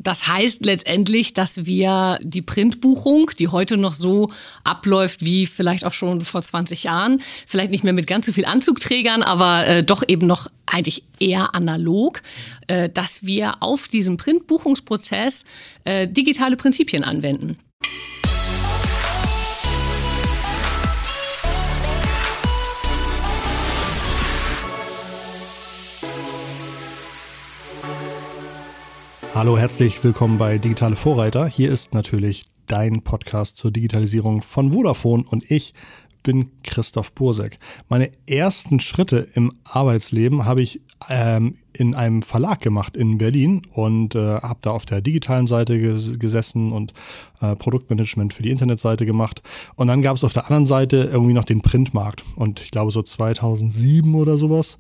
Das heißt letztendlich, dass wir die Printbuchung, die heute noch so abläuft wie vielleicht auch schon vor 20 Jahren, vielleicht nicht mehr mit ganz so viel Anzugträgern, aber doch eben noch eigentlich eher analog, dass wir auf diesem Printbuchungsprozess digitale Prinzipien anwenden. Hallo, herzlich willkommen bei Digitale Vorreiter. Hier ist natürlich dein Podcast zur Digitalisierung von Vodafone und ich bin Christoph Bursek. Meine ersten Schritte im Arbeitsleben habe ich in einem Verlag gemacht in Berlin und habe da auf der digitalen Seite gesessen und Produktmanagement für die Internetseite gemacht. Und dann gab es auf der anderen Seite irgendwie noch den Printmarkt. Und ich glaube so 2007 oder sowas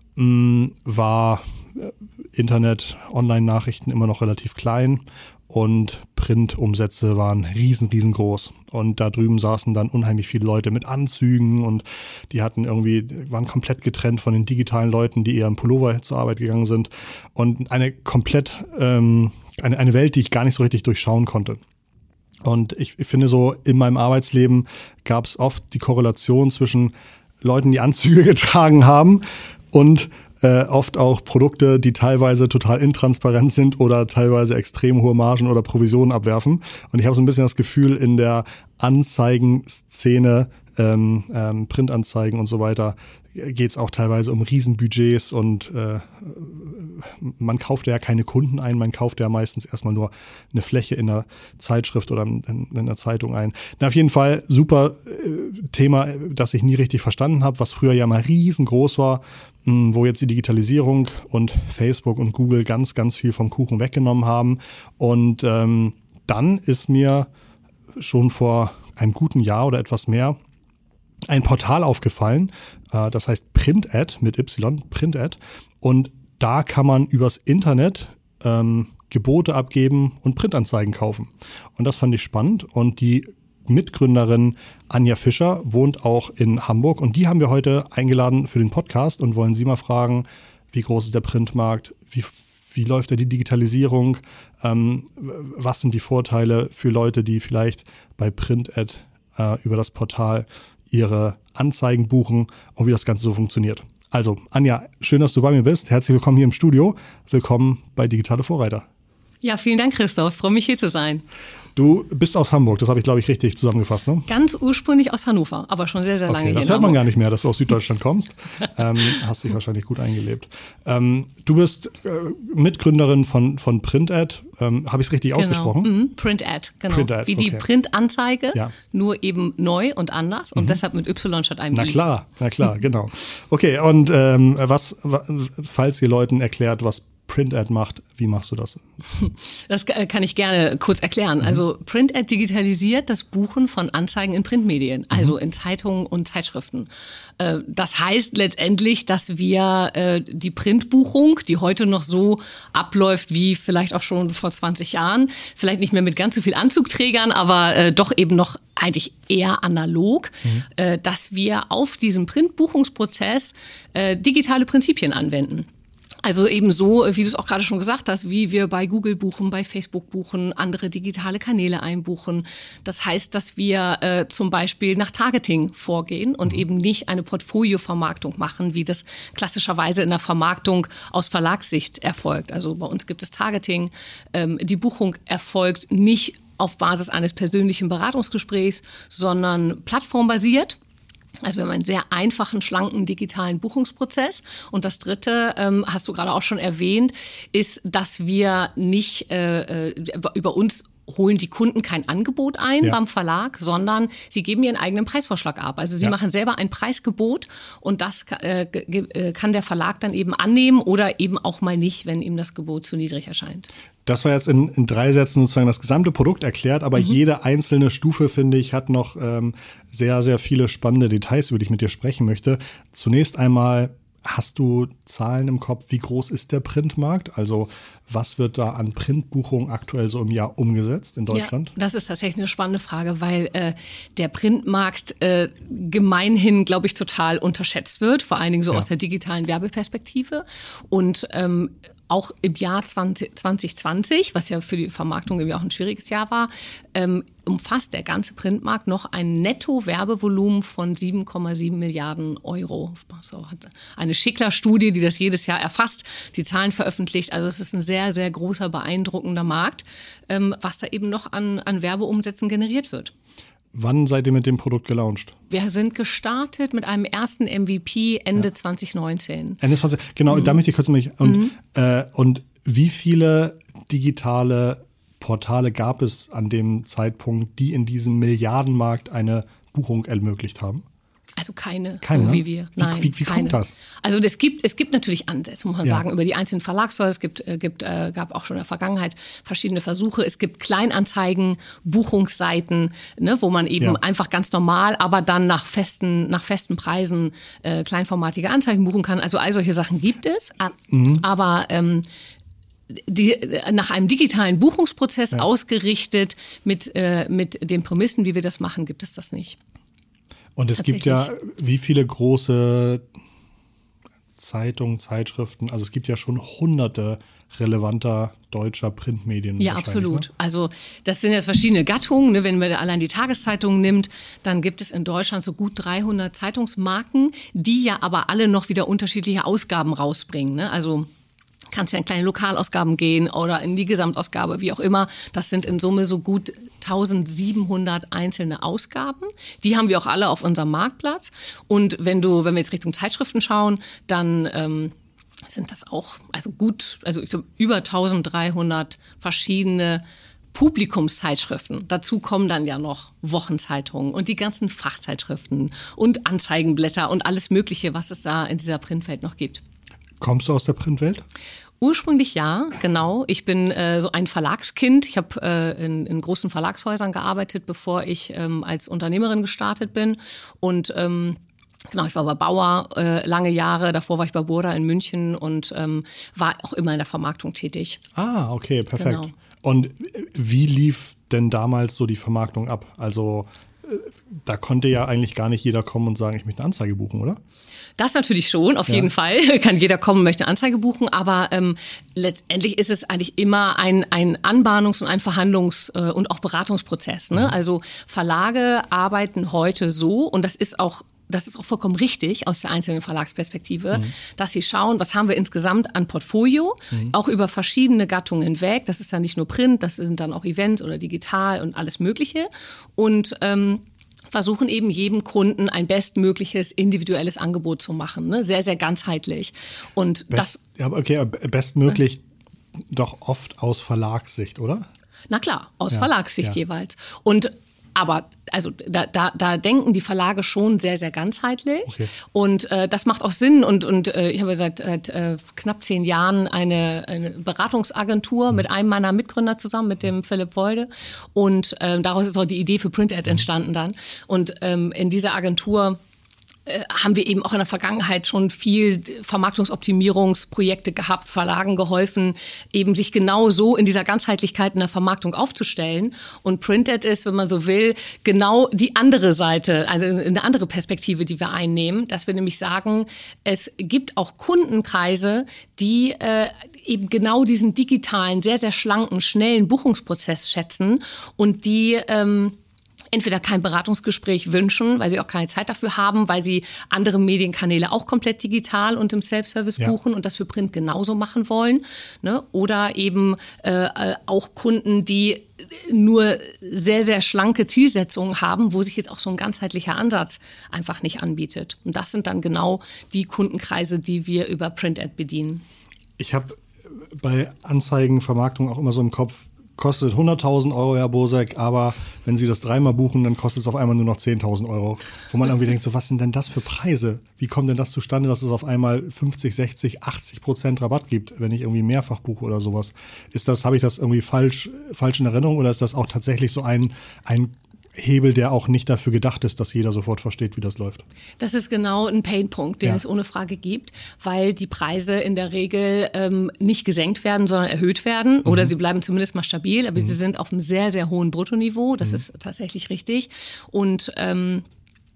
war Internet, Online-Nachrichten immer noch relativ klein und Printumsätze waren riesengroß. Und da drüben saßen dann unheimlich viele Leute mit Anzügen und die waren komplett getrennt von den digitalen Leuten, die eher im Pullover zur Arbeit gegangen sind. Und eine Welt, die ich gar nicht so richtig durchschauen konnte. Und ich finde so, in meinem Arbeitsleben gab es oft die Korrelation zwischen Leuten, die Anzüge getragen haben und oft auch Produkte, die teilweise total intransparent sind oder teilweise extrem hohe Margen oder Provisionen abwerfen. Und ich habe so ein bisschen das Gefühl, in der Anzeigenszene, Printanzeigen und so weiter, geht es auch teilweise um Riesenbudgets und man kauft ja keine Kunden ein, man kauft ja meistens erstmal nur eine Fläche in einer Zeitschrift oder in einer Zeitung ein. Na, auf jeden Fall super Thema, das ich nie richtig verstanden habe, was früher ja mal riesengroß war, wo jetzt die Digitalisierung und Facebook und Google ganz viel vom Kuchen weggenommen haben. Und dann ist mir schon vor einem guten Jahr oder etwas mehr ein Portal aufgefallen, das heißt PrintAd mit Y, PrintAd. Und da kann man übers Internet Gebote abgeben und Printanzeigen kaufen. Und das fand ich spannend. Und die Mitgründerin Anja Fischer wohnt auch in Hamburg. Und die haben wir heute eingeladen für den Podcast und wollen sie mal fragen, wie groß ist der Printmarkt, wie läuft da die Digitalisierung, was sind die Vorteile für Leute, die vielleicht bei PrintAd über das Portal ihre Anzeigen buchen und wie das Ganze so funktioniert. Also, Anja, schön, dass du bei mir bist. Herzlich willkommen hier im Studio. Willkommen bei Digitale Vorreiter. Ja, vielen Dank, Christoph. Ich freue mich, hier zu sein. Du bist aus Hamburg, das habe ich, glaube ich, richtig zusammengefasst, ne? Ganz ursprünglich aus Hannover, aber schon sehr lange hier. Das hört man gar nicht mehr, dass du aus Süddeutschland kommst. Hast dich wahrscheinlich gut eingelebt. Du bist Mitgründerin von PrintAd. Habe ich es richtig ausgesprochen? PrintAd, genau. PrintAd, wie die Printanzeige, ja. Nur eben neu und anders und deshalb mit Y statt einem I. Na klar, genau. Okay, und falls ihr Leuten erklärt, was PrintAd macht, wie machst du das? Das kann ich gerne kurz erklären. Also PrintAd digitalisiert das Buchen von Anzeigen in Printmedien, also in Zeitungen und Zeitschriften. Das heißt letztendlich, dass wir die Printbuchung, die heute noch so abläuft wie vielleicht auch schon vor 20 Jahren, vielleicht nicht mehr mit ganz so viel Anzugträgern, aber doch eben noch eigentlich eher analog, dass wir auf diesem Printbuchungsprozess digitale Prinzipien anwenden. Also eben so, wie du es auch gerade schon gesagt hast, wie wir bei Google buchen, bei Facebook buchen, andere digitale Kanäle einbuchen. Das heißt, dass wir zum Beispiel nach Targeting vorgehen und eben nicht eine Portfoliovermarktung machen, wie das klassischerweise in der Vermarktung aus Verlagssicht erfolgt. Also bei uns gibt es Targeting. Die Buchung erfolgt nicht auf Basis eines persönlichen Beratungsgesprächs, sondern plattformbasiert. Also wir haben einen sehr einfachen, schlanken digitalen Buchungsprozess. Und das Dritte, hast du gerade auch schon erwähnt, ist, dass wir nicht über uns holen die Kunden kein Angebot ein beim Verlag, sondern sie geben ihren eigenen Preisvorschlag ab. Also sie machen selber ein Preisgebot und das kann der Verlag dann eben annehmen oder eben auch mal nicht, wenn ihm das Gebot zu niedrig erscheint. Das war jetzt in 3 Sätzen sozusagen das gesamte Produkt erklärt, aber jede einzelne Stufe, finde ich, hat noch sehr viele spannende Details, über die ich mit dir sprechen möchte. Zunächst einmal, hast du Zahlen im Kopf, wie groß ist der Printmarkt? Also was wird da an Printbuchungen aktuell so im Jahr umgesetzt in Deutschland? Ja, das ist tatsächlich eine spannende Frage, weil der Printmarkt gemeinhin, glaube ich, total unterschätzt wird, vor allen Dingen so aus der digitalen Werbeperspektive. Und auch im Jahr 2020, was ja für die Vermarktung irgendwie auch ein schwieriges Jahr war, umfasst der ganze Printmarkt noch ein Netto-Werbevolumen von 7,7 Milliarden Euro. So hat eine Schickler-Studie, die das jedes Jahr erfasst, die Zahlen veröffentlicht. Also es ist ein sehr, sehr großer, beeindruckender Markt, was da eben noch an Werbeumsätzen generiert wird. Wann seid ihr mit dem Produkt gelauncht? Wir sind gestartet mit einem ersten MVP Ende 2019. Ende 20, genau, da möchte ich kurz noch und wie viele digitale Portale gab es an dem Zeitpunkt, die in diesem Milliardenmarkt eine Buchung ermöglicht haben? Also keine, so wie wir. Nein, wie kommt das? Also es gibt natürlich Ansätze, muss man sagen, über die einzelnen Verlagshäuser. Es gab auch schon in der Vergangenheit verschiedene Versuche. Es gibt Kleinanzeigen, Buchungsseiten, ne, wo man eben einfach ganz normal, aber dann nach festen Preisen kleinformatige Anzeigen buchen kann. Also all solche Sachen gibt es. Aber nach einem digitalen Buchungsprozess ausgerichtet mit den Prämissen, wie wir das machen, gibt es das nicht. Und es gibt ja wie viele große Zeitungen, Zeitschriften, also es gibt ja schon hunderte relevanter deutscher Printmedien. Ja, absolut. Ne? Also das sind jetzt verschiedene Gattungen. Ne? Wenn man allein die Tageszeitungen nimmt, dann gibt es in Deutschland so gut 300 Zeitungsmarken, die ja aber alle noch wieder unterschiedliche Ausgaben rausbringen. Ne? Also kannst ja in kleine Lokalausgaben gehen oder in die Gesamtausgabe, wie auch immer. Das sind in Summe so gut 1700 einzelne Ausgaben. Die haben wir auch alle auf unserem Marktplatz. Und wenn wir jetzt Richtung Zeitschriften schauen, dann sind das auch ich glaube, über 1300 verschiedene Publikumszeitschriften. Dazu kommen dann ja noch Wochenzeitungen und die ganzen Fachzeitschriften und Anzeigenblätter und alles Mögliche, was es da in dieser Printwelt noch gibt. Kommst du aus der Printwelt? Ursprünglich ja, genau. Ich bin so ein Verlagskind. Ich habe in großen Verlagshäusern gearbeitet, bevor ich als Unternehmerin gestartet bin. Und genau, ich war bei Bauer lange Jahre. Davor war ich bei Burda in München und war auch immer in der Vermarktung tätig. Ah, okay, perfekt. Genau. Und wie lief denn damals so die Vermarktung ab? Also da konnte ja eigentlich gar nicht jeder kommen und sagen, ich möchte eine Anzeige buchen, oder? Das natürlich schon, auf jeden Fall. Kann jeder kommen, möchte eine Anzeige buchen. Aber letztendlich ist es eigentlich immer ein Anbahnungs- und ein Verhandlungs- und auch Beratungsprozess. Ne? Also Verlage arbeiten heute so, und das ist auch vollkommen richtig aus der einzelnen Verlagsperspektive, dass sie schauen, was haben wir insgesamt an Portfolio, auch über verschiedene Gattungen hinweg. Das ist dann nicht nur Print, das sind dann auch Events oder digital und alles Mögliche. Und versuchen eben jedem Kunden ein bestmögliches individuelles Angebot zu machen, ne? Sehr, sehr ganzheitlich. Und bestmöglich doch oft aus Verlagssicht, oder? Na klar, aus Verlagssicht jeweils. Aber also da denken die Verlage schon sehr, sehr ganzheitlich. Okay. Und das macht auch Sinn. Und ich habe seit knapp 10 Jahren eine Beratungsagentur mit einem meiner Mitgründer zusammen, mit dem Philipp Wolde. Und daraus ist auch die Idee für PrintAd entstanden dann. Und in dieser Agentur haben wir eben auch in der Vergangenheit schon viel Vermarktungsoptimierungsprojekte gehabt, Verlagen geholfen, eben sich genau so in dieser Ganzheitlichkeit in der Vermarktung aufzustellen. Und PrintAd ist, wenn man so will, genau die andere Seite, also eine andere Perspektive, die wir einnehmen, dass wir nämlich sagen, es gibt auch Kundenkreise, die eben genau diesen digitalen, sehr, sehr schlanken, schnellen Buchungsprozess schätzen und die entweder kein Beratungsgespräch wünschen, weil sie auch keine Zeit dafür haben, weil sie andere Medienkanäle auch komplett digital und im Self-Service buchen und das für Print genauso machen wollen. Ne? Oder eben auch Kunden, die nur sehr, sehr schlanke Zielsetzungen haben, wo sich jetzt auch so ein ganzheitlicher Ansatz einfach nicht anbietet. Und das sind dann genau die Kundenkreise, die wir über PrintAd bedienen. Ich habe bei Anzeigenvermarktung auch immer so im Kopf, kostet 100.000 Euro, Herr Bosek, aber wenn Sie das 3-mal buchen, dann kostet es auf einmal nur noch 10.000 Euro. Wo man irgendwie denkt, so was sind denn das für Preise? Wie kommt denn das zustande, dass es auf einmal 50, 60, 80% Rabatt gibt, wenn ich irgendwie mehrfach buche oder sowas? Habe ich das irgendwie falsch in Erinnerung oder ist das auch tatsächlich so ein Hebel, der auch nicht dafür gedacht ist, dass jeder sofort versteht, wie das läuft? Das ist genau ein Painpunkt, den es ohne Frage gibt, weil die Preise in der Regel nicht gesenkt werden, sondern erhöht werden oder sie bleiben zumindest mal stabil, aber sie sind auf einem sehr, sehr hohen Bruttoniveau, das ist tatsächlich richtig und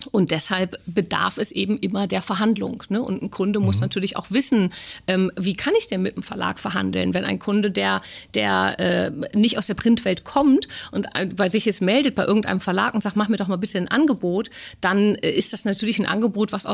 Und deshalb bedarf es eben immer der Verhandlung. Ne? Und ein Kunde muss natürlich auch wissen, wie kann ich denn mit dem Verlag verhandeln? Wenn ein Kunde, der nicht aus der Printwelt kommt und bei sich jetzt meldet bei irgendeinem Verlag und sagt, mach mir doch mal bitte ein Angebot, dann ist das natürlich ein Angebot, das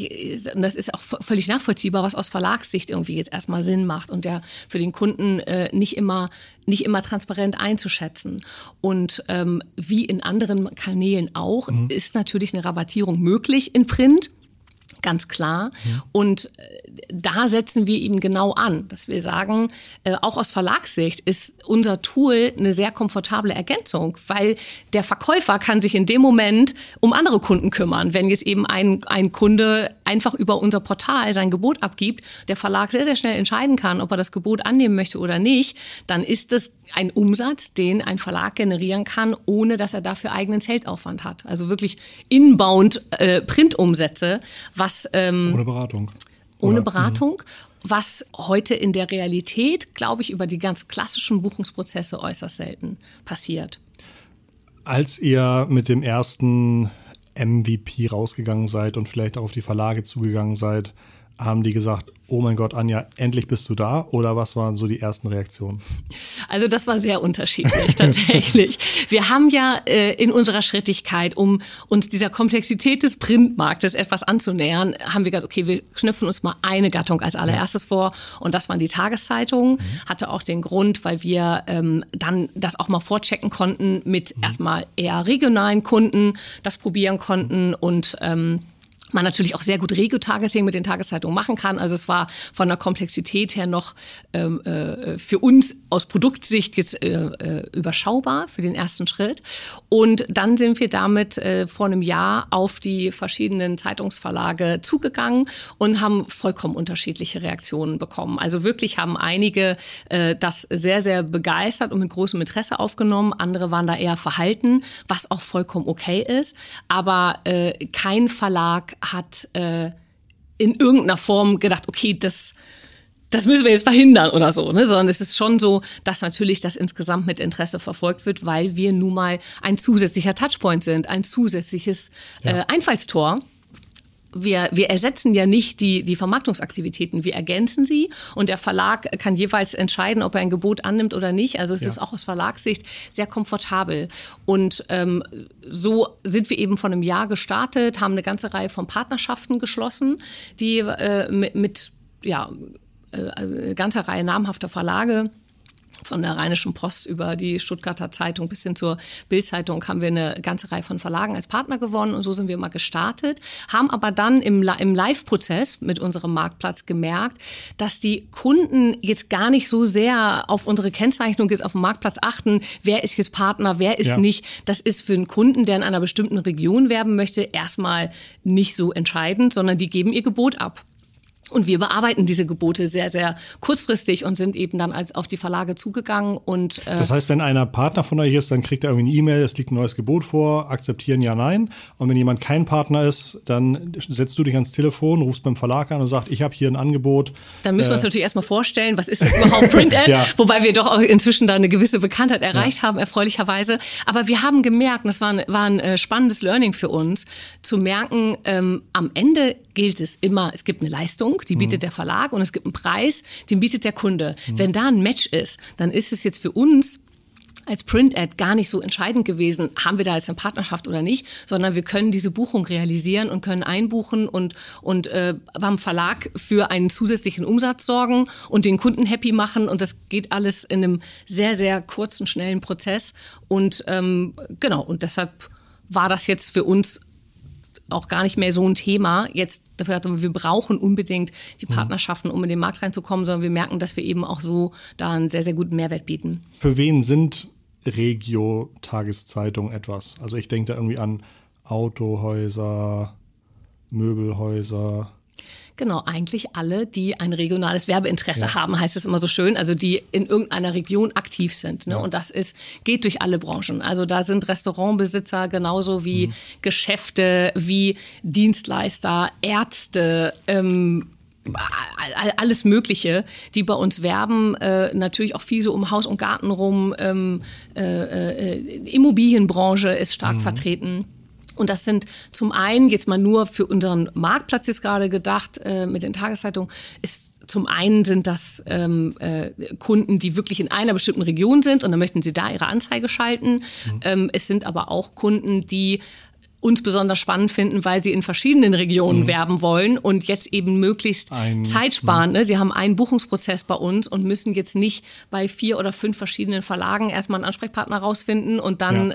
ist auch völlig nachvollziehbar, was aus Verlagssicht irgendwie jetzt erstmal Sinn macht und der für den Kunden nicht immer transparent einzuschätzen. Und wie in anderen Kanälen auch, ist natürlich eine Rabattierung möglich in Print. Ganz klar. Ja. Und da setzen wir eben genau an, dass wir sagen, auch aus Verlagssicht ist unser Tool eine sehr komfortable Ergänzung, weil der Verkäufer kann sich in dem Moment um andere Kunden kümmern. Wenn jetzt eben ein Kunde einfach über unser Portal sein Gebot abgibt, der Verlag sehr, sehr schnell entscheiden kann, ob er das Gebot annehmen möchte oder nicht, dann ist das ein Umsatz, den ein Verlag generieren kann, ohne dass er dafür eigenen Sales-Aufwand hat. Also wirklich inbound Printumsätze, ohne Beratung. Ohne Beratung, was heute in der Realität, glaube ich, über die ganz klassischen Buchungsprozesse äußerst selten passiert. Als ihr mit dem ersten MVP rausgegangen seid und vielleicht auch auf die Verlage zugegangen seid, haben die gesagt, oh mein Gott, Anja, endlich bist du da? Oder was waren so die ersten Reaktionen? Also das war sehr unterschiedlich tatsächlich. Wir haben ja in unserer Schrittigkeit, um uns dieser Komplexität des Printmarktes etwas anzunähern, haben wir gesagt, okay, wir knüpfen uns mal eine Gattung als allererstes vor. Und das waren die Tageszeitungen. Hatte auch den Grund, weil wir dann das auch mal vorchecken konnten mit erstmal eher regionalen Kunden, das probieren konnten und man natürlich auch sehr gut Regio-Targeting mit den Tageszeitungen machen kann. Also es war von der Komplexität her noch für uns aus Produktsicht jetzt überschaubar für den ersten Schritt. Und dann sind wir damit vor einem Jahr auf die verschiedenen Zeitungsverlage zugegangen und haben vollkommen unterschiedliche Reaktionen bekommen. Also wirklich haben einige das sehr, sehr begeistert und mit großem Interesse aufgenommen. Andere waren da eher verhalten, was auch vollkommen okay ist. Aber kein Verlag hat in irgendeiner Form gedacht, okay, das müssen wir jetzt verhindern oder so, ne? Sondern es ist schon so, dass natürlich das insgesamt mit Interesse verfolgt wird, weil wir nun mal ein zusätzlicher Touchpoint sind, ein zusätzliches Einfallstor. Wir ersetzen ja nicht die Vermarktungsaktivitäten, wir ergänzen sie und der Verlag kann jeweils entscheiden, ob er ein Gebot annimmt oder nicht. Also es ist auch aus Verlagssicht sehr komfortabel. Und so sind wir eben vor einem Jahr gestartet, haben eine ganze Reihe von Partnerschaften geschlossen, die mit ganzer Reihe namhafter Verlage, von der Rheinischen Post über die Stuttgarter Zeitung bis hin zur Bild-Zeitung haben wir eine ganze Reihe von Verlagen als Partner gewonnen und so sind wir mal gestartet, haben aber dann im Live-Prozess mit unserem Marktplatz gemerkt, dass die Kunden jetzt gar nicht so sehr auf unsere Kennzeichnung jetzt auf dem Marktplatz achten, wer ist jetzt Partner, wer ist nicht. Das ist für einen Kunden, der in einer bestimmten Region werben möchte, erstmal nicht so entscheidend, sondern die geben ihr Gebot ab. Und wir bearbeiten diese Gebote sehr, sehr kurzfristig und sind eben dann auf die Verlage zugegangen. Und das heißt, wenn einer Partner von euch ist, dann kriegt er irgendwie eine E-Mail, es liegt ein neues Gebot vor, akzeptieren, ja, nein. Und wenn jemand kein Partner ist, dann setzt du dich ans Telefon, rufst beim Verlag an und sagst, ich habe hier ein Angebot. Dann müssen wir uns natürlich erstmal vorstellen, was ist das überhaupt Print-Ad? Wobei wir doch auch inzwischen da eine gewisse Bekanntheit erreicht haben, erfreulicherweise. Aber wir haben gemerkt, und das war ein spannendes Learning für uns, zu merken, am Ende gilt es immer, es gibt eine Leistung, die bietet der Verlag und es gibt einen Preis, den bietet der Kunde. Wenn da ein Match ist, dann ist es jetzt für uns als Print-Ad gar nicht so entscheidend gewesen, haben wir da jetzt eine Partnerschaft oder nicht, sondern wir können diese Buchung realisieren und können einbuchen und beim Verlag für einen zusätzlichen Umsatz sorgen und den Kunden happy machen und das geht alles in einem sehr, sehr kurzen, schnellen Prozess und und deshalb war das jetzt für uns auch gar nicht mehr so ein Thema. Jetzt, wir brauchen unbedingt die Partnerschaften, um in den Markt reinzukommen, sondern wir merken, dass wir eben auch so da einen sehr, sehr guten Mehrwert bieten. Für wen sind Regio-Tageszeitungen etwas? Also ich denke da irgendwie an Autohäuser, Möbelhäuser. Genau, eigentlich alle, die ein regionales Werbeinteresse haben, heißt es immer so schön, also die in irgendeiner Region aktiv sind. Ne? Ja. Und das geht durch alle Branchen. Also da sind Restaurantbesitzer genauso wie Geschäfte, wie Dienstleister, Ärzte, alles Mögliche, die bei uns werben, natürlich auch viel so um Haus und Garten rum, Immobilienbranche ist stark vertreten. Und das sind zum einen, jetzt mal nur für unseren Marktplatz jetzt gerade gedacht, mit den Tageszeitungen, zum einen sind das Kunden, die wirklich in einer bestimmten Region sind und dann möchten sie da ihre Anzeige schalten. Es sind aber auch Kunden, die uns besonders spannend finden, weil sie in verschiedenen Regionen werben wollen und jetzt eben möglichst Zeit sparen. Ne? Sie haben einen Buchungsprozess bei uns und müssen jetzt nicht bei 4 oder 5 verschiedenen Verlagen erstmal einen Ansprechpartner rausfinden und dann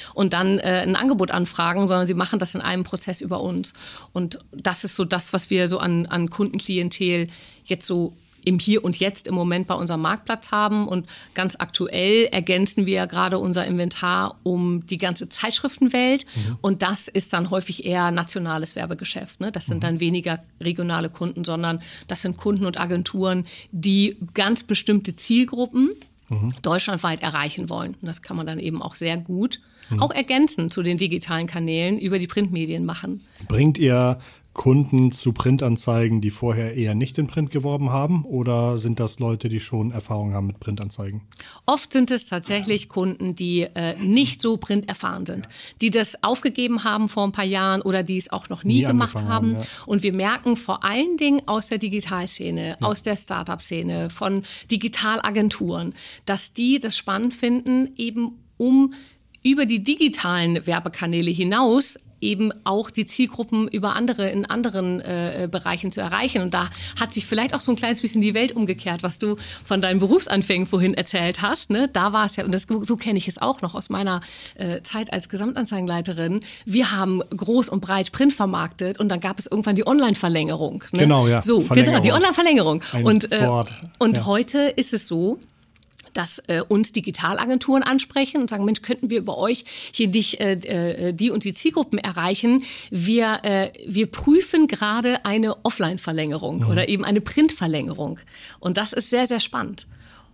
ein Angebot anfragen, sondern sie machen das in einem Prozess über uns. Und das ist so das, was wir so an Kundenklientel jetzt so im Hier und Jetzt im Moment bei unserem Marktplatz haben. Und ganz aktuell ergänzen wir gerade unser Inventar um die ganze Zeitschriftenwelt. Und das ist dann häufig eher nationales Werbegeschäft. Ne? Das sind dann weniger regionale Kunden, sondern das sind Kunden und Agenturen, die ganz bestimmte Zielgruppen deutschlandweit erreichen wollen. Und das kann man dann eben auch sehr gut auch ergänzen zu den digitalen Kanälen über die Printmedien machen. Bringt ihr Kunden zu Printanzeigen, die vorher eher nicht in Print geworben haben? Oder sind das Leute, die schon Erfahrung haben mit Printanzeigen? Oft sind es tatsächlich Kunden, die nicht so printerfahren sind, die das aufgegeben haben vor ein paar Jahren oder die es auch noch nie gemacht haben. Ja. Und wir merken vor allen Dingen aus der Digitalszene, aus der Startup-Szene, von Digitalagenturen, dass die das spannend finden, eben über die digitalen Werbekanäle hinaus eben auch die Zielgruppen in anderen Bereichen zu erreichen. Und da hat sich vielleicht auch so ein kleines bisschen die Welt umgekehrt, was du von deinen Berufsanfängen vorhin erzählt hast. Ne? Da war es ja, und so kenne ich es auch noch aus meiner Zeit als Gesamtanzeigenleiterin. Wir haben groß und breit Print vermarktet und dann gab es irgendwann die Online-Verlängerung. Ne? Genau, ja. So, genau, die Online-Verlängerung. Und ja. Heute ist es so, dass uns Digitalagenturen ansprechen und sagen, Mensch, könnten wir über euch hier die und die Zielgruppen erreichen? Wir prüfen gerade eine Offline-Verlängerung oder eben eine Print-Verlängerung. Und das ist sehr, sehr spannend.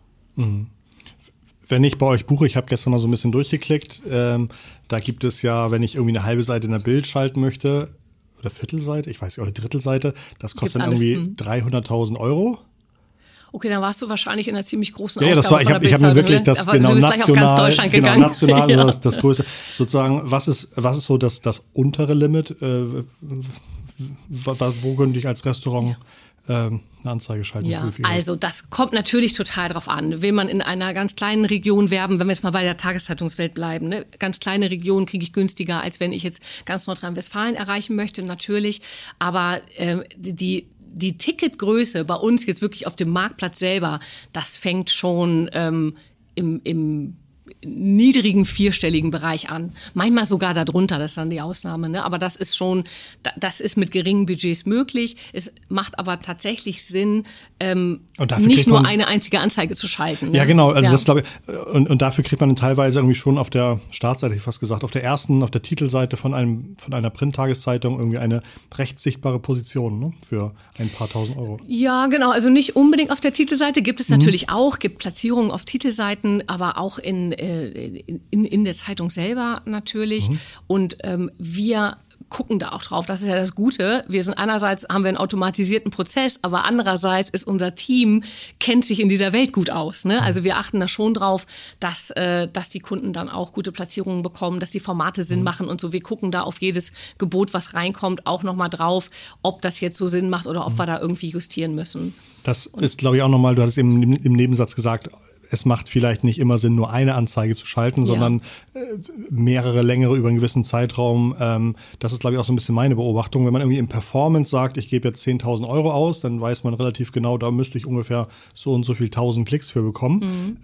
Wenn ich bei euch buche, ich habe gestern mal so ein bisschen durchgeklickt, da gibt es ja, wenn ich irgendwie eine halbe Seite in der Bild schalten möchte, oder Viertelseite, ich weiß nicht, oder Drittelseite, das kostet dann irgendwie 300.000 Euro. Okay, dann warst du wahrscheinlich in einer ziemlich großen Ausgabe das war, ich habe mir wirklich das genau national, auf ganz Deutschland gegangen. National ja. das Größte. Sozusagen, was ist so das untere Limit? Wo könnte ich als Restaurant eine Anzeige schalten? Ja, also das kommt natürlich total drauf an. Will man in einer ganz kleinen Region werben, wenn wir jetzt mal bei der Tageszeitungswelt bleiben, ne? Ganz kleine Regionen kriege ich günstiger, als wenn ich jetzt ganz Nordrhein-Westfalen erreichen möchte, natürlich. Aber die Ticketgröße bei uns jetzt wirklich auf dem Marktplatz selber, das fängt schon im niedrigen vierstelligen Bereich an. Manchmal sogar darunter, das ist dann die Ausnahme. Ne? Aber das ist mit geringen Budgets möglich. Es macht aber tatsächlich Sinn, nicht nur eine einzige Anzeige zu schalten. Ja, ne? genau. Also das glaube ich. Und dafür kriegt man teilweise irgendwie schon auf der Startseite, ich fast gesagt, auf der Titelseite von einer Printtageszeitung irgendwie eine recht sichtbare Position, ne? Für ein paar tausend Euro. Ja, genau. Also nicht unbedingt auf der Titelseite. Gibt es natürlich auch, gibt Platzierungen auf Titelseiten, aber auch in der Zeitung selber natürlich. Und wir gucken da auch drauf. Das ist ja das Gute. Haben wir einen automatisierten Prozess, aber andererseits ist unser Team, kennt sich in dieser Welt gut aus. Ne? Also wir achten da schon drauf, dass die Kunden dann auch gute Platzierungen bekommen, dass die Formate Sinn machen und so. Wir gucken da auf jedes Gebot, was reinkommt, auch nochmal drauf, ob das jetzt so Sinn macht oder ob wir da irgendwie justieren müssen. Das ist, glaube ich, auch nochmal, du hattest eben im Nebensatz gesagt, es macht vielleicht nicht immer Sinn, nur eine Anzeige zu schalten, sondern mehrere längere über einen gewissen Zeitraum. Das ist, glaube ich, auch so ein bisschen meine Beobachtung. Wenn man irgendwie im Performance sagt, ich gebe jetzt 10.000 Euro aus, dann weiß man relativ genau, da müsste ich ungefähr so und so viel 1.000 Klicks für bekommen.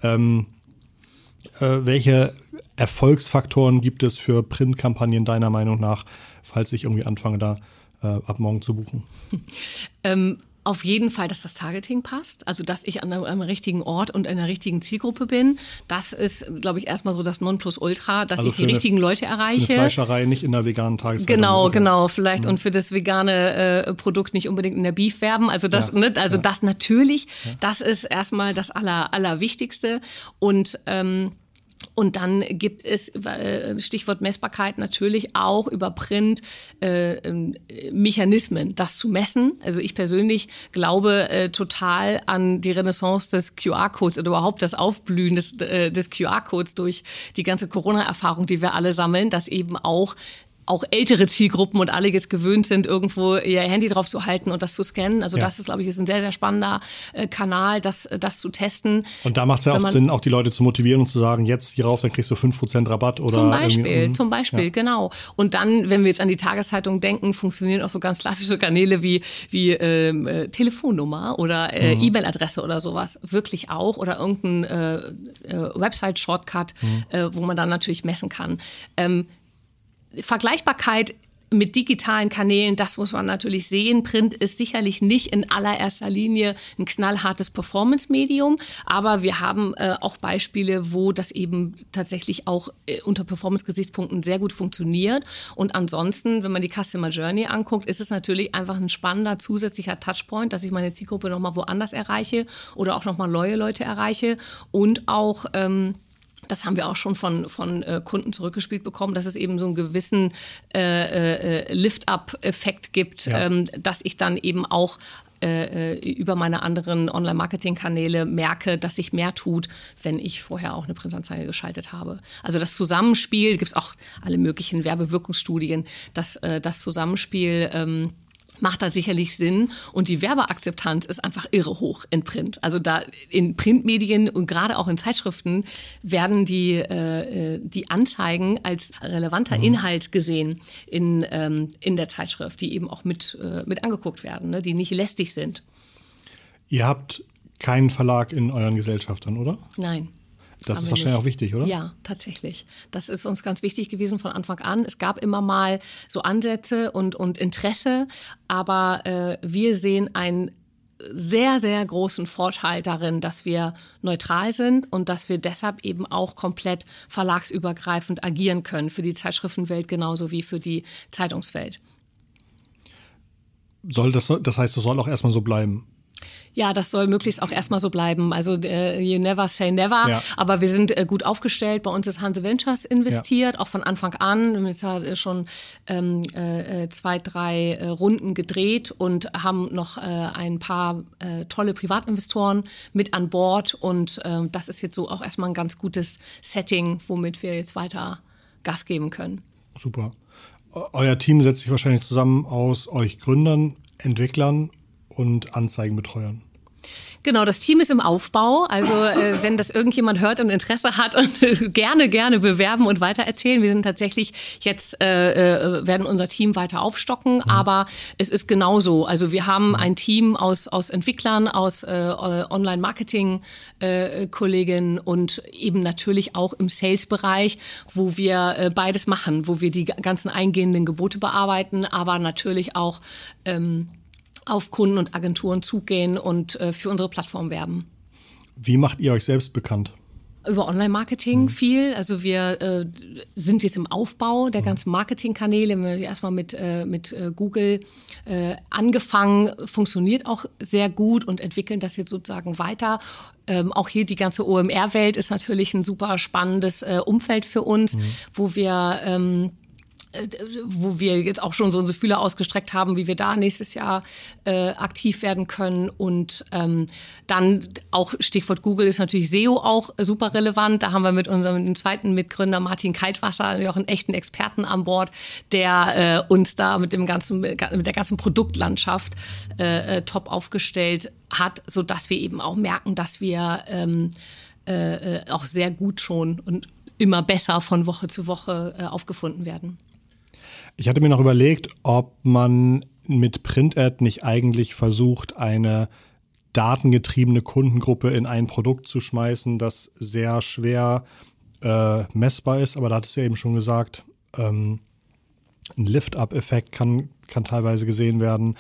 Welche Erfolgsfaktoren gibt es für Printkampagnen deiner Meinung nach, falls ich irgendwie anfange, da ab morgen zu buchen? Auf jeden Fall, dass das Targeting passt, also dass ich an einem richtigen Ort und in der richtigen Zielgruppe bin. Das ist, glaube ich, erstmal so das Nonplusultra, dass ich die richtigen Leute erreiche. Für eine Fleischerei nicht in der veganen Tageszeitung. Genau, vielleicht und für das vegane Produkt nicht unbedingt in der Beef werben. Also das, das natürlich, das ist erstmal das Allerwichtigste und dann gibt es, Stichwort Messbarkeit, natürlich auch über Print Mechanismen, das zu messen. Also ich persönlich glaube total an die Renaissance des QR-Codes oder überhaupt das Aufblühen des QR-Codes durch die ganze Corona-Erfahrung, die wir alle sammeln, dass eben auch auch ältere Zielgruppen und alle jetzt gewöhnt sind, irgendwo ihr Handy drauf zu halten und das zu scannen. Also das ist, glaube ich, ein sehr, sehr spannender Kanal, das zu testen. Und da macht es ja auch Sinn, auch die Leute zu motivieren und zu sagen, jetzt hierauf, dann kriegst du 5% Rabatt oder zum Beispiel, genau. Und dann, wenn wir jetzt an die Tageszeitung denken, funktionieren auch so ganz klassische Kanäle wie Telefonnummer oder E-Mail-Adresse oder sowas wirklich auch oder irgendein Website-Shortcut, wo man dann natürlich messen kann. Vergleichbarkeit mit digitalen Kanälen, das muss man natürlich sehen. Print ist sicherlich nicht in allererster Linie ein knallhartes Performance-Medium, aber wir haben auch Beispiele, wo das eben tatsächlich auch unter Performance-Gesichtspunkten sehr gut funktioniert. Und ansonsten, wenn man die Customer Journey anguckt, ist es natürlich einfach ein spannender zusätzlicher Touchpoint, dass ich meine Zielgruppe nochmal woanders erreiche oder auch nochmal neue Leute erreiche und auch das haben wir auch schon von Kunden zurückgespielt bekommen, dass es eben so einen gewissen Lift-up-Effekt gibt, dass ich dann eben auch über meine anderen Online-Marketing-Kanäle merke, dass sich mehr tut, wenn ich vorher auch eine Printanzeige geschaltet habe. Also das Zusammenspiel, gibt es auch alle möglichen Werbewirkungsstudien, das Zusammenspiel macht da sicherlich Sinn und die Werbeakzeptanz ist einfach irre hoch in Print. Also da in Printmedien und gerade auch in Zeitschriften werden die Anzeigen als relevanter Inhalt gesehen in der Zeitschrift, die eben auch mit angeguckt werden, ne, die nicht lästig sind. Ihr habt keinen Verlag in euren Gesellschaftern, oder? Nein. Das ist wahrscheinlich auch wichtig, oder? Ja, tatsächlich. Das ist uns ganz wichtig gewesen von Anfang an. Es gab immer mal so Ansätze und Interesse, aber wir sehen einen sehr, sehr großen Vorteil darin, dass wir neutral sind und dass wir deshalb eben auch komplett verlagsübergreifend agieren können für die Zeitschriftenwelt genauso wie für die Zeitungswelt. Das heißt, es soll auch erstmal so bleiben? Ja, das soll möglichst auch erstmal so bleiben. Also you never say never. Ja. Aber wir sind gut aufgestellt. Bei uns ist Hanse Ventures investiert, auch von Anfang an. Wir haben jetzt schon 2, 3 Runden gedreht und haben noch ein paar tolle Privatinvestoren mit an Bord. Und das ist jetzt so auch erstmal ein ganz gutes Setting, womit wir jetzt weiter Gas geben können. Super. Euer Team setzt sich wahrscheinlich zusammen aus euch Gründern, Entwicklern und Anzeigenbetreuern. Genau, das Team ist im Aufbau. Also wenn das irgendjemand hört und Interesse hat und gerne bewerben und weitererzählen. Wir sind tatsächlich jetzt, werden unser Team weiter aufstocken, aber es ist genauso. Also wir haben ein Team aus Entwicklern, aus Online-Marketing-Kolleginnen und eben natürlich auch im Sales-Bereich, wo wir beides machen, wo wir die ganzen eingehenden Gebote bearbeiten, aber natürlich auch auf Kunden und Agenturen zugehen und für unsere Plattform werben. Wie macht ihr euch selbst bekannt? Über Online-Marketing viel. Also wir sind jetzt im Aufbau der ganzen Marketingkanäle. Wir haben erstmal mit Google angefangen, funktioniert auch sehr gut und entwickeln das jetzt sozusagen weiter. Auch hier die ganze OMR-Welt ist natürlich ein super spannendes Umfeld für uns, wo wir jetzt auch schon so unsere Fühler ausgestreckt haben, wie wir da nächstes Jahr aktiv werden können. Und dann auch Stichwort Google ist natürlich SEO auch super relevant. Da haben wir mit unserem zweiten Mitgründer Martin Kaltwasser auch einen echten Experten an Bord, der uns da mit der ganzen Produktlandschaft top aufgestellt hat, sodass wir eben auch merken, dass wir auch sehr gut schon und immer besser von Woche zu Woche aufgefunden werden. Ich hatte mir noch überlegt, ob man mit Print-Ad nicht eigentlich versucht, eine datengetriebene Kundengruppe in ein Produkt zu schmeißen, das sehr schwer messbar ist. Aber da hattest du ja eben schon gesagt, ein Lift-Up-Effekt kann teilweise gesehen werden.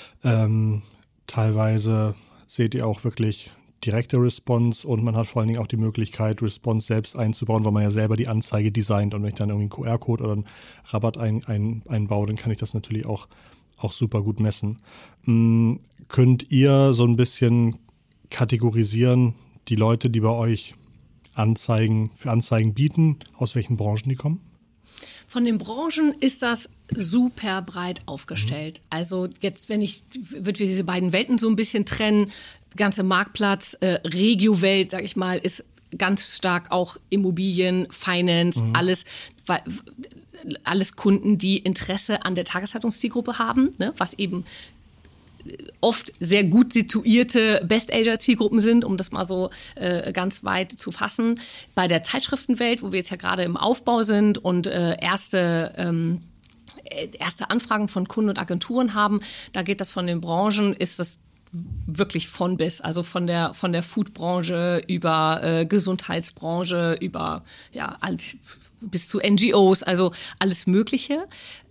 Teilweise seht ihr auch wirklich direkte Response und man hat vor allen Dingen auch die Möglichkeit, Response selbst einzubauen, weil man ja selber die Anzeige designt und wenn ich dann irgendwie einen QR-Code oder einen Rabatt einbaue, dann kann ich das natürlich auch super gut messen. Könnt ihr so ein bisschen kategorisieren, die Leute, die bei euch für Anzeigen bieten, aus welchen Branchen die kommen? Von den Branchen ist das super breit aufgestellt. Also jetzt, würde wir diese beiden Welten so ein bisschen trennen. Der ganze Marktplatz, Regio-Welt, sag ich mal, ist ganz stark auch Immobilien, Finance, alles. alles Kunden, die Interesse an der Tageszeitungszielgruppe haben, ne, was eben oft sehr gut situierte Best-Ager-Zielgruppen sind, um das mal so ganz weit zu fassen. Bei der Zeitschriftenwelt, wo wir jetzt ja gerade im Aufbau sind und erste Anfragen von Kunden und Agenturen haben, da geht das von den Branchen, ist das wirklich von bis, also von der Foodbranche über Gesundheitsbranche, über bis zu NGOs, also alles Mögliche.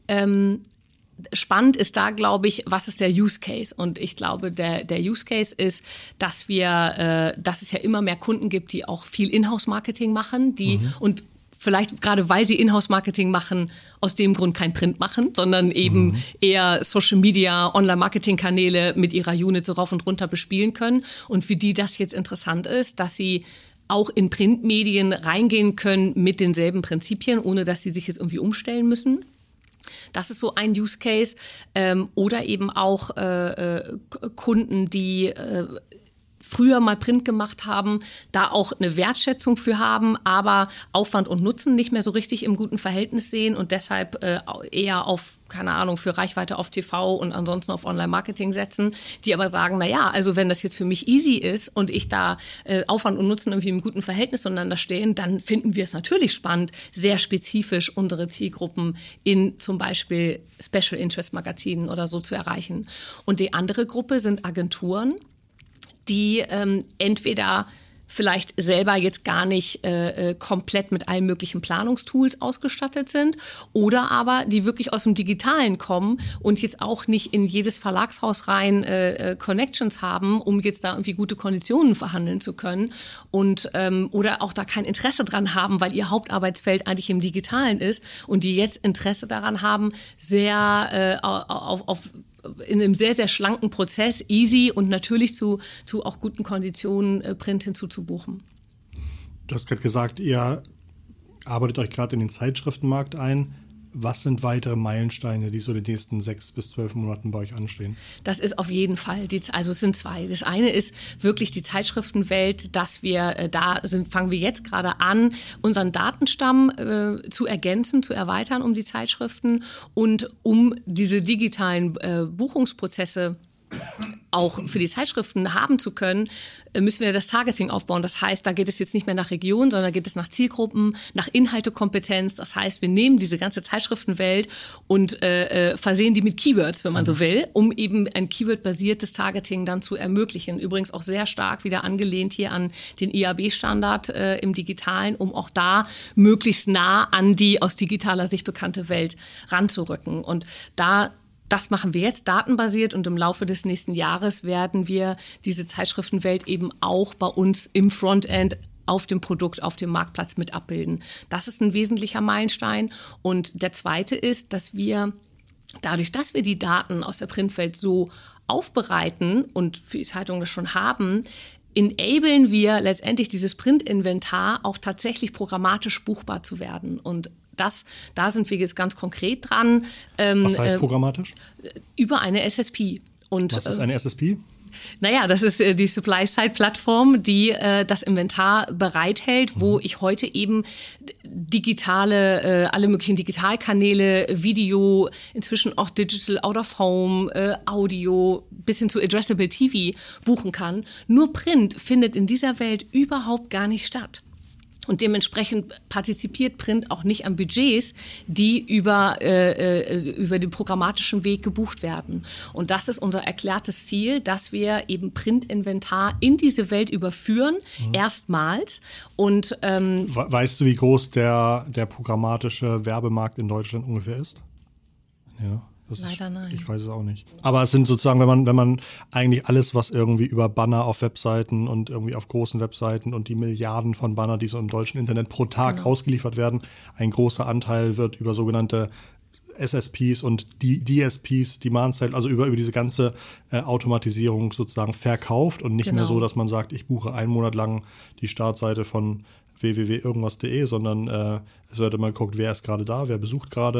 Spannend ist da, glaube ich, was ist der Use Case? Und ich glaube, der Use Case ist, dass es ja immer mehr Kunden gibt, die auch viel Inhouse-Marketing machen, und vielleicht gerade weil sie Inhouse-Marketing machen, aus dem Grund kein Print machen, sondern eben eher Social-Media, Online-Marketing-Kanäle mit ihrer Unit so rauf und runter bespielen können. Und für die das jetzt interessant ist, dass sie auch in Printmedien reingehen können mit denselben Prinzipien, ohne dass sie sich jetzt irgendwie umstellen müssen. Das ist so ein Use Case. Oder eben auch Kunden, die früher mal Print gemacht haben, da auch eine Wertschätzung für haben, aber Aufwand und Nutzen nicht mehr so richtig im guten Verhältnis sehen und deshalb eher auf, keine Ahnung, für Reichweite auf TV und ansonsten auf Online-Marketing setzen, die aber sagen, naja, also wenn das jetzt für mich easy ist und ich da Aufwand und Nutzen irgendwie im guten Verhältnis zueinander stehen, dann finden wir es natürlich spannend, sehr spezifisch unsere Zielgruppen in zum Beispiel Special Interest Magazinen oder so zu erreichen. Und die andere Gruppe sind Agenturen, die entweder vielleicht selber jetzt gar nicht komplett mit allen möglichen Planungstools ausgestattet sind oder aber die wirklich aus dem Digitalen kommen und jetzt auch nicht in jedes Verlagshaus rein Connections haben, um jetzt da irgendwie gute Konditionen verhandeln zu können und oder auch da kein Interesse dran haben, weil ihr Hauptarbeitsfeld eigentlich im Digitalen ist und die jetzt Interesse daran haben, sehr in einem sehr, sehr schlanken Prozess, easy und natürlich zu auch guten Konditionen Print hinzuzubuchen. Du hast gerade gesagt, ihr arbeitet euch gerade in den Zeitschriftenmarkt ein. Was sind weitere Meilensteine, die so in den nächsten 6 bis 12 Monaten bei euch anstehen? Das ist auf jeden Fall, also es sind zwei. Das eine ist wirklich die Zeitschriftenwelt, dass wir fangen wir jetzt gerade an, unseren Datenstamm zu ergänzen, zu erweitern um die Zeitschriften und um diese digitalen Buchungsprozesse auch für die Zeitschriften haben zu können, müssen wir das Targeting aufbauen. Das heißt, da geht es jetzt nicht mehr nach Region, sondern geht es nach Zielgruppen, nach Inhaltekompetenz. Das heißt, wir nehmen diese ganze Zeitschriftenwelt und versehen die mit Keywords, wenn man so will, um eben ein Keyword-basiertes Targeting dann zu ermöglichen. Übrigens auch sehr stark wieder angelehnt hier an den IAB-Standard im Digitalen, um auch da möglichst nah an die aus digitaler Sicht bekannte Welt ranzurücken. Und das machen wir jetzt datenbasiert und im Laufe des nächsten Jahres werden wir diese Zeitschriftenwelt eben auch bei uns im Frontend auf dem Produkt, auf dem Marktplatz mit abbilden. Das ist ein wesentlicher Meilenstein. Und der zweite ist, dass wir dadurch, dass wir die Daten aus der Printwelt so aufbereiten und für die Zeitungen das schon haben, enablen wir letztendlich dieses Printinventar auch tatsächlich programmatisch buchbar zu werden. Und da sind wir jetzt ganz konkret dran. Was heißt programmatisch? Über eine SSP. Und, was ist eine SSP? Naja, das ist die Supply-Side-Plattform, die das Inventar bereithält, wo ich heute eben alle möglichen Digitalkanäle, Video, inzwischen auch Digital Out of Home, Audio, bis hin zu Addressable TV buchen kann. Nur Print findet in dieser Welt überhaupt gar nicht statt. Und dementsprechend partizipiert Print auch nicht an Budgets, die über den programmatischen Weg gebucht werden. Und das ist unser erklärtes Ziel, dass wir eben Printinventar in diese Welt überführen, erstmals. Und weißt du, wie groß der programmatische Werbemarkt in Deutschland ungefähr ist? Ja. Leider nein. Ich weiß es auch nicht. Aber es sind sozusagen, wenn man eigentlich alles, was irgendwie über Banner auf Webseiten und irgendwie auf großen Webseiten und die Milliarden von Banner, die so im deutschen Internet pro Tag ausgeliefert werden, ein großer Anteil wird über sogenannte SSPs und DSPs, Demand Side, also über diese ganze Automatisierung sozusagen verkauft und nicht mehr so, dass man sagt, ich buche einen Monat lang die Startseite von www.irgendwas.de, sondern es wird immer geguckt, wer ist gerade da, wer besucht gerade,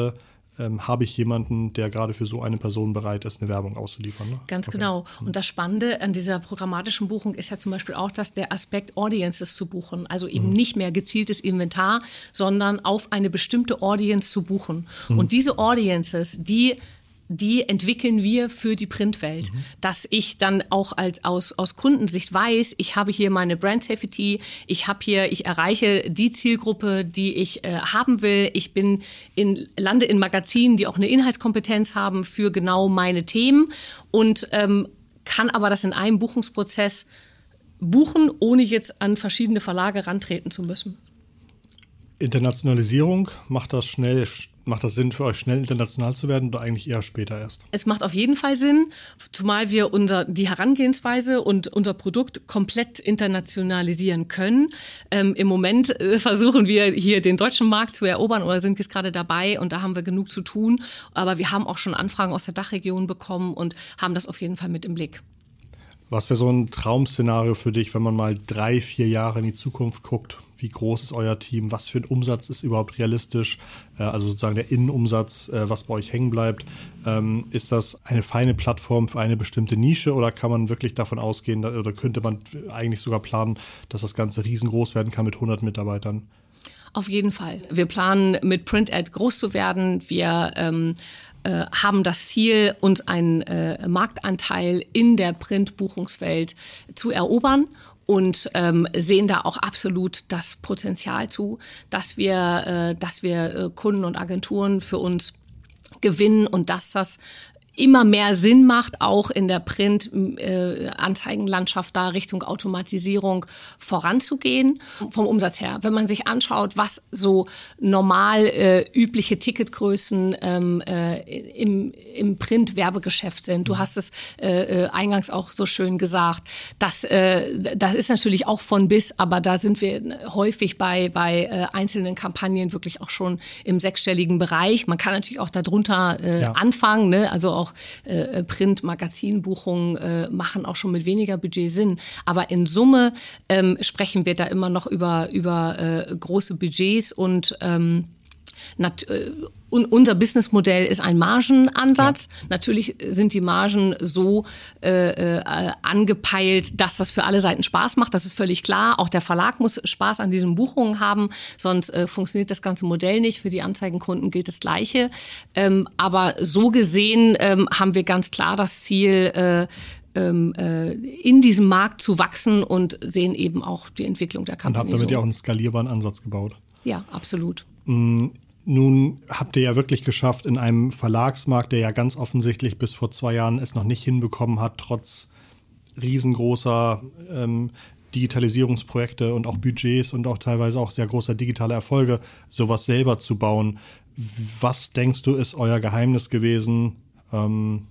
habe ich jemanden, der gerade für so eine Person bereit ist, eine Werbung auszuliefern. Ne? Ganz genau. Und das Spannende an dieser programmatischen Buchung ist ja zum Beispiel auch, dass der Aspekt Audiences zu buchen, also eben nicht mehr gezieltes Inventar, sondern auf eine bestimmte Audience zu buchen. Und diese Audiences, die entwickeln wir für die Printwelt, dass ich dann auch aus Kundensicht weiß, ich habe hier meine Brand Safety, ich erreiche die Zielgruppe, die ich haben will, ich lande in Magazinen, die auch eine Inhaltskompetenz haben für genau meine Themen und kann aber das in einem Buchungsprozess buchen, ohne jetzt an verschiedene Verlage rantreten zu müssen. Internationalisierung, macht das Sinn für euch, schnell international zu werden oder eigentlich eher später erst? Es macht auf jeden Fall Sinn, zumal wir die Herangehensweise und unser Produkt komplett internationalisieren können. Im Moment versuchen wir hier den deutschen Markt zu erobern oder sind jetzt gerade dabei und da haben wir genug zu tun. Aber wir haben auch schon Anfragen aus der Dachregion bekommen und haben das auf jeden Fall mit im Blick. Was wäre so ein Traum-Szenario für dich, wenn man mal 3-4 Jahre in die Zukunft guckt? Wie groß ist euer Team? Was für ein Umsatz ist überhaupt realistisch? Also sozusagen der Innenumsatz, was bei euch hängen bleibt. Ist das eine feine Plattform für eine bestimmte Nische oder kann man wirklich davon ausgehen oder könnte man eigentlich sogar planen, dass das Ganze riesengroß werden kann mit 100 Mitarbeitern? Auf jeden Fall. Wir planen mit Print Ad groß zu werden. Wir haben das Ziel, uns einen Marktanteil in der Printbuchungswelt zu erobern und sehen da auch absolut das Potenzial zu, dass wir Kunden und Agenturen für uns gewinnen und dass das immer mehr Sinn macht, auch in der Print-Anzeigenlandschaft da Richtung Automatisierung voranzugehen. Vom Umsatz her, wenn man sich anschaut, was so normal übliche Ticketgrößen im Print-Werbegeschäft sind. Du hast es eingangs auch so schön gesagt. Das ist natürlich auch von bis, aber da sind wir häufig bei einzelnen Kampagnen wirklich auch schon im sechsstelligen Bereich. Man kann natürlich auch darunter anfangen, ne? Also auch Print-Magazinbuchungen machen auch schon mit weniger Budget Sinn. Aber in Summe sprechen wir da immer noch über große Budgets und unser Businessmodell ist ein Margenansatz. Ja. Natürlich sind die Margen so angepeilt, dass das für alle Seiten Spaß macht. Das ist völlig klar. Auch der Verlag muss Spaß an diesen Buchungen haben, sonst funktioniert das ganze Modell nicht. Für die Anzeigenkunden gilt das Gleiche. Aber so gesehen haben wir ganz klar das Ziel, in diesem Markt zu wachsen und sehen eben auch die Entwicklung der Kampagne. Und habt damit ja auch einen skalierbaren Ansatz gebaut. Ja, absolut. Nun habt ihr ja wirklich geschafft, in einem Verlagsmarkt, der ja ganz offensichtlich bis vor 2 Jahren es noch nicht hinbekommen hat, trotz riesengroßer Digitalisierungsprojekte und auch Budgets und auch teilweise auch sehr großer digitaler Erfolge, sowas selber zu bauen. Was denkst du, ist euer Geheimnis gewesen, ein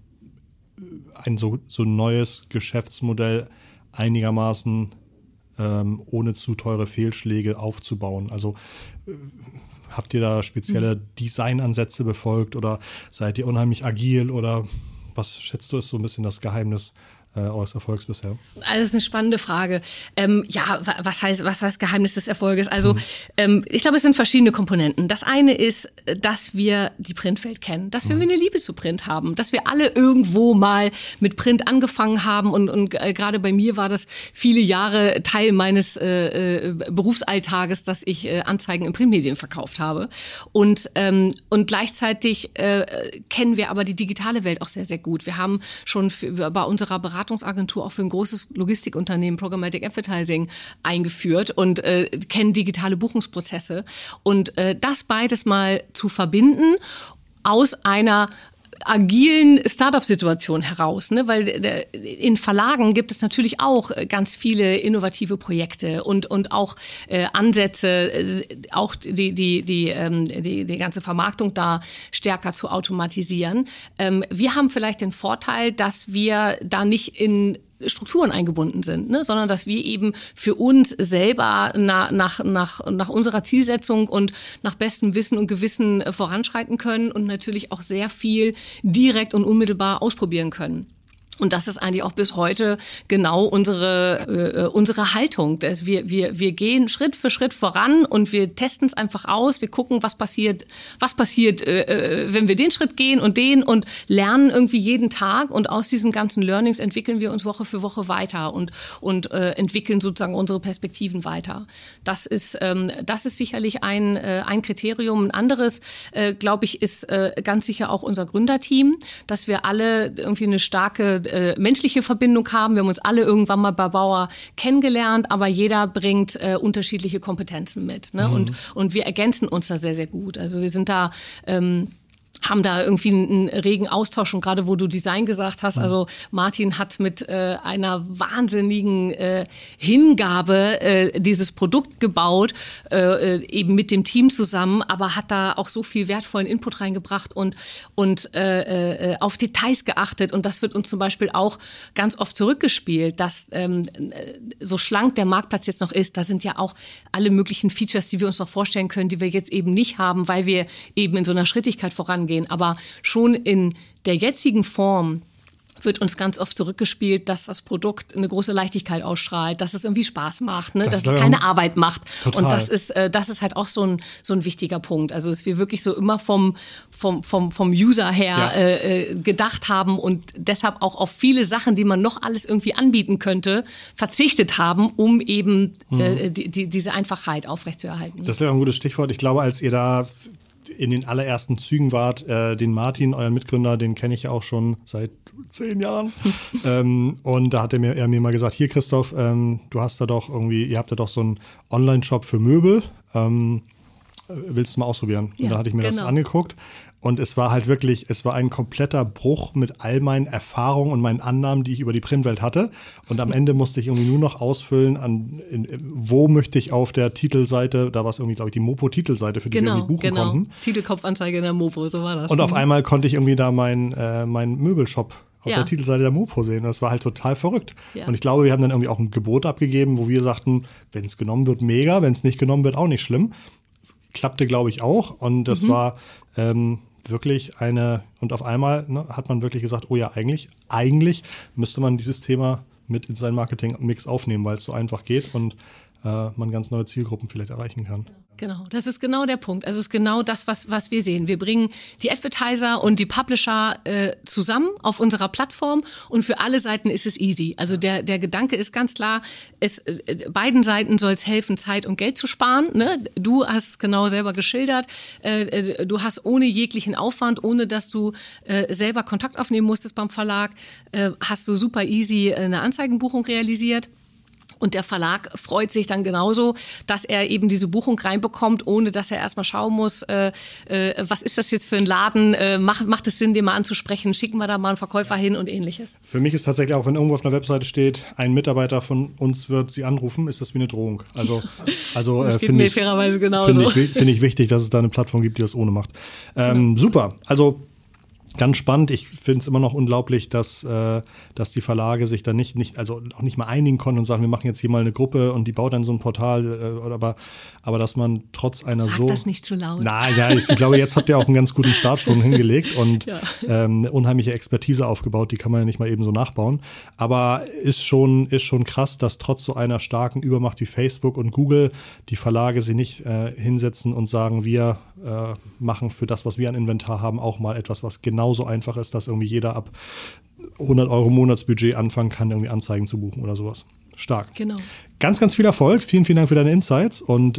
so neues Geschäftsmodell einigermaßen ohne zu teure Fehlschläge aufzubauen? Also habt ihr da spezielle Designansätze befolgt oder seid ihr unheimlich agil oder was schätzt du ist so ein bisschen das Geheimnis eures Erfolgs bisher? Also das ist eine spannende Frage. Was heißt Geheimnis des Erfolges? Also ich glaube, es sind verschiedene Komponenten. Das eine ist, dass wir die Printwelt kennen, dass wir eine Liebe zu Print haben, dass wir alle irgendwo mal mit Print angefangen haben und gerade bei mir war das viele Jahre Teil meines Berufsalltages, dass ich Anzeigen in Printmedien verkauft habe und gleichzeitig kennen wir aber die digitale Welt auch sehr, sehr gut. Wir haben schon bei unserer Beratungsagentur auch für ein großes Logistikunternehmen Programmatic Advertising eingeführt und kennen digitale Buchungsprozesse. Und das beides mal zu verbinden aus einer agilen Startup-Situation heraus, ne? Weil in Verlagen gibt es natürlich auch ganz viele innovative Projekte und auch Ansätze, auch die ganze Vermarktung da stärker zu automatisieren. Wir haben vielleicht den Vorteil, dass wir da nicht in Strukturen eingebunden sind, ne? Sondern dass wir eben für uns selber nach unserer Zielsetzung und nach bestem Wissen und Gewissen voranschreiten können und natürlich auch sehr viel direkt und unmittelbar ausprobieren können. Und das ist eigentlich auch bis heute genau unsere Haltung. Dass wir gehen Schritt für Schritt voran und wir testen es einfach aus. Wir gucken, was passiert, wenn wir den Schritt gehen und lernen irgendwie jeden Tag. Und aus diesen ganzen Learnings entwickeln wir uns Woche für Woche weiter und entwickeln sozusagen unsere Perspektiven weiter. Das ist sicherlich ein Kriterium. Ein anderes, glaube ich, ist ganz sicher auch unser Gründerteam, dass wir alle irgendwie eine starke menschliche Verbindung haben. Wir haben uns alle irgendwann mal bei Bauer kennengelernt, aber jeder bringt unterschiedliche Kompetenzen mit. Ne? Und wir ergänzen uns da sehr, sehr gut. Also wir sind da haben da irgendwie einen regen Austausch und gerade wo du Design gesagt hast, also Martin hat mit einer wahnsinnigen Hingabe dieses Produkt gebaut, eben mit dem Team zusammen, aber hat da auch so viel wertvollen Input reingebracht und auf Details geachtet und das wird uns zum Beispiel auch ganz oft zurückgespielt, dass so schlank der Marktplatz jetzt noch ist, da sind ja auch alle möglichen Features, die wir uns noch vorstellen können, die wir jetzt eben nicht haben, weil wir eben in so einer Schrittigkeit vorangehen. Aber schon in der jetzigen Form wird uns ganz oft zurückgespielt, dass das Produkt eine große Leichtigkeit ausstrahlt, dass es irgendwie Spaß macht, ne? Dass es keine Arbeit macht. Total. Und das ist halt auch so ein wichtiger Punkt. Also dass wir wirklich so immer vom User her gedacht haben und deshalb auch auf viele Sachen, die man noch alles irgendwie anbieten könnte, verzichtet haben, um eben diese Einfachheit aufrechtzuerhalten. Das wäre ein gutes Stichwort. Ich glaube, als ihr da in den allerersten Zügen wart, den Martin, euren Mitgründer, den kenne ich ja auch schon seit 10 Jahren. Und da hat er mir mal gesagt, hier Christoph, ihr habt da doch so einen Online-Shop für Möbel. Willst du mal ausprobieren? Und da hatte ich mir das angeguckt. Und es war halt wirklich, es war ein kompletter Bruch mit all meinen Erfahrungen und meinen Annahmen, die ich über die Printwelt hatte. Und am Ende musste ich irgendwie nur noch ausfüllen, wo möchte ich auf der Titelseite, da war es irgendwie, glaube ich, die Mopo-Titelseite, für die wir irgendwie buchen konnten. Titelkopfanzeige in der Mopo, so war das. Und auf einmal konnte ich irgendwie da meinen Möbelshop auf der Titelseite der Mopo sehen. Das war halt total verrückt. Ja. Und ich glaube, wir haben dann irgendwie auch ein Gebot abgegeben, wo wir sagten, wenn es genommen wird, mega, wenn es nicht genommen wird, auch nicht schlimm. Klappte, glaube ich, auch. Und das war wirklich und auf einmal hat man wirklich gesagt, oh ja, eigentlich müsste man dieses Thema mit in seinen Marketing-Mix aufnehmen, weil es so einfach geht und man ganz neue Zielgruppen vielleicht erreichen kann. Genau, das ist genau der Punkt. Also es ist genau das, was wir sehen. Wir bringen die Advertiser und die Publisher zusammen auf unserer Plattform und für alle Seiten ist es easy. Also der Gedanke ist ganz klar, beiden Seiten soll es helfen, Zeit und Geld zu sparen. Ne? Du hast es genau selber geschildert. Du hast ohne jeglichen Aufwand, ohne dass du selber Kontakt aufnehmen musstest beim Verlag, hast du super easy eine Anzeigenbuchung realisiert. Und der Verlag freut sich dann genauso, dass er eben diese Buchung reinbekommt, ohne dass er erstmal schauen muss, was ist das jetzt für ein Laden, macht es Sinn, den mal anzusprechen, schicken wir da mal einen Verkäufer hin und ähnliches. Für mich ist tatsächlich auch, wenn irgendwo auf einer Webseite steht, ein Mitarbeiter von uns wird Sie anrufen, ist das wie eine Drohung. Also das geht mir fairerweise genauso. Finde ich wichtig, dass es da eine Plattform gibt, die das ohne macht. Super, also ganz spannend. Ich finde es immer noch unglaublich, dass die Verlage sich dann also auch nicht mal einigen konnten und sagen, wir machen jetzt hier mal eine Gruppe und die baut dann so ein Portal. Aber dass man trotz einer Sag das nicht zu laut. Ja, ich glaube, jetzt habt ihr auch einen ganz guten Start schon hingelegt und eine unheimliche Expertise aufgebaut. Die kann man ja nicht mal eben so nachbauen. Aber ist schon krass, dass trotz so einer starken Übermacht wie Facebook und Google die Verlage sich nicht hinsetzen und sagen, wir machen für das, was wir an Inventar haben, auch mal etwas, was genauso einfach ist, dass irgendwie jeder ab 100 € Monatsbudget anfangen kann, irgendwie Anzeigen zu buchen oder sowas. Stark. Genau. Ganz, ganz viel Erfolg. Vielen, vielen Dank für deine Insights und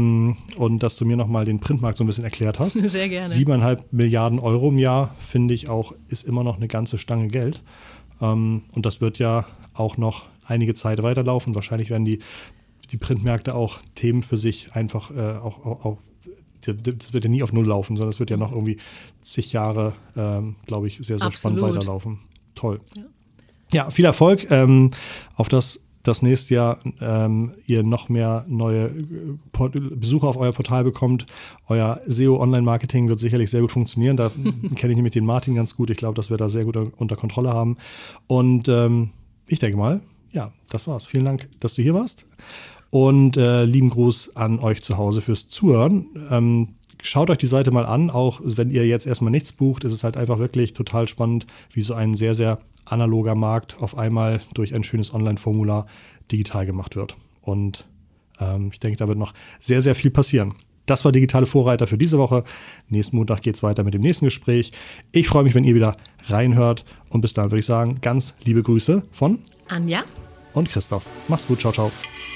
dass du mir nochmal den Printmarkt so ein bisschen erklärt hast. Sehr gerne. 7,5 Milliarden € im Jahr, finde ich auch, ist immer noch eine ganze Stange Geld. Und das wird ja auch noch einige Zeit weiterlaufen. Wahrscheinlich werden die Printmärkte auch Themen für sich einfach auch das wird ja nie auf Null laufen, sondern es wird ja noch irgendwie zig Jahre, glaube ich, sehr, sehr spannend weiterlaufen. Toll. Ja, viel Erfolg. Auf das nächste Jahr ihr noch mehr neue Besucher auf euer Portal bekommt. Euer SEO-Online-Marketing wird sicherlich sehr gut funktionieren. Da kenne ich nämlich den Martin ganz gut. Ich glaube, dass wir da sehr gut unter Kontrolle haben. Und ich denke mal, ja, das war's. Vielen Dank, dass du hier warst. Und lieben Gruß an euch zu Hause fürs Zuhören. Schaut euch die Seite mal an, auch wenn ihr jetzt erstmal nichts bucht, ist es halt einfach wirklich total spannend, wie so ein sehr, sehr analoger Markt auf einmal durch ein schönes Online-Formular digital gemacht wird. Und ich denke, da wird noch sehr, sehr viel passieren. Das war Digitale Vorreiter für diese Woche. Nächsten Montag geht es weiter mit dem nächsten Gespräch. Ich freue mich, wenn ihr wieder reinhört. Und bis dahin würde ich sagen, ganz liebe Grüße von Anja und Christoph. Macht's gut, ciao, ciao.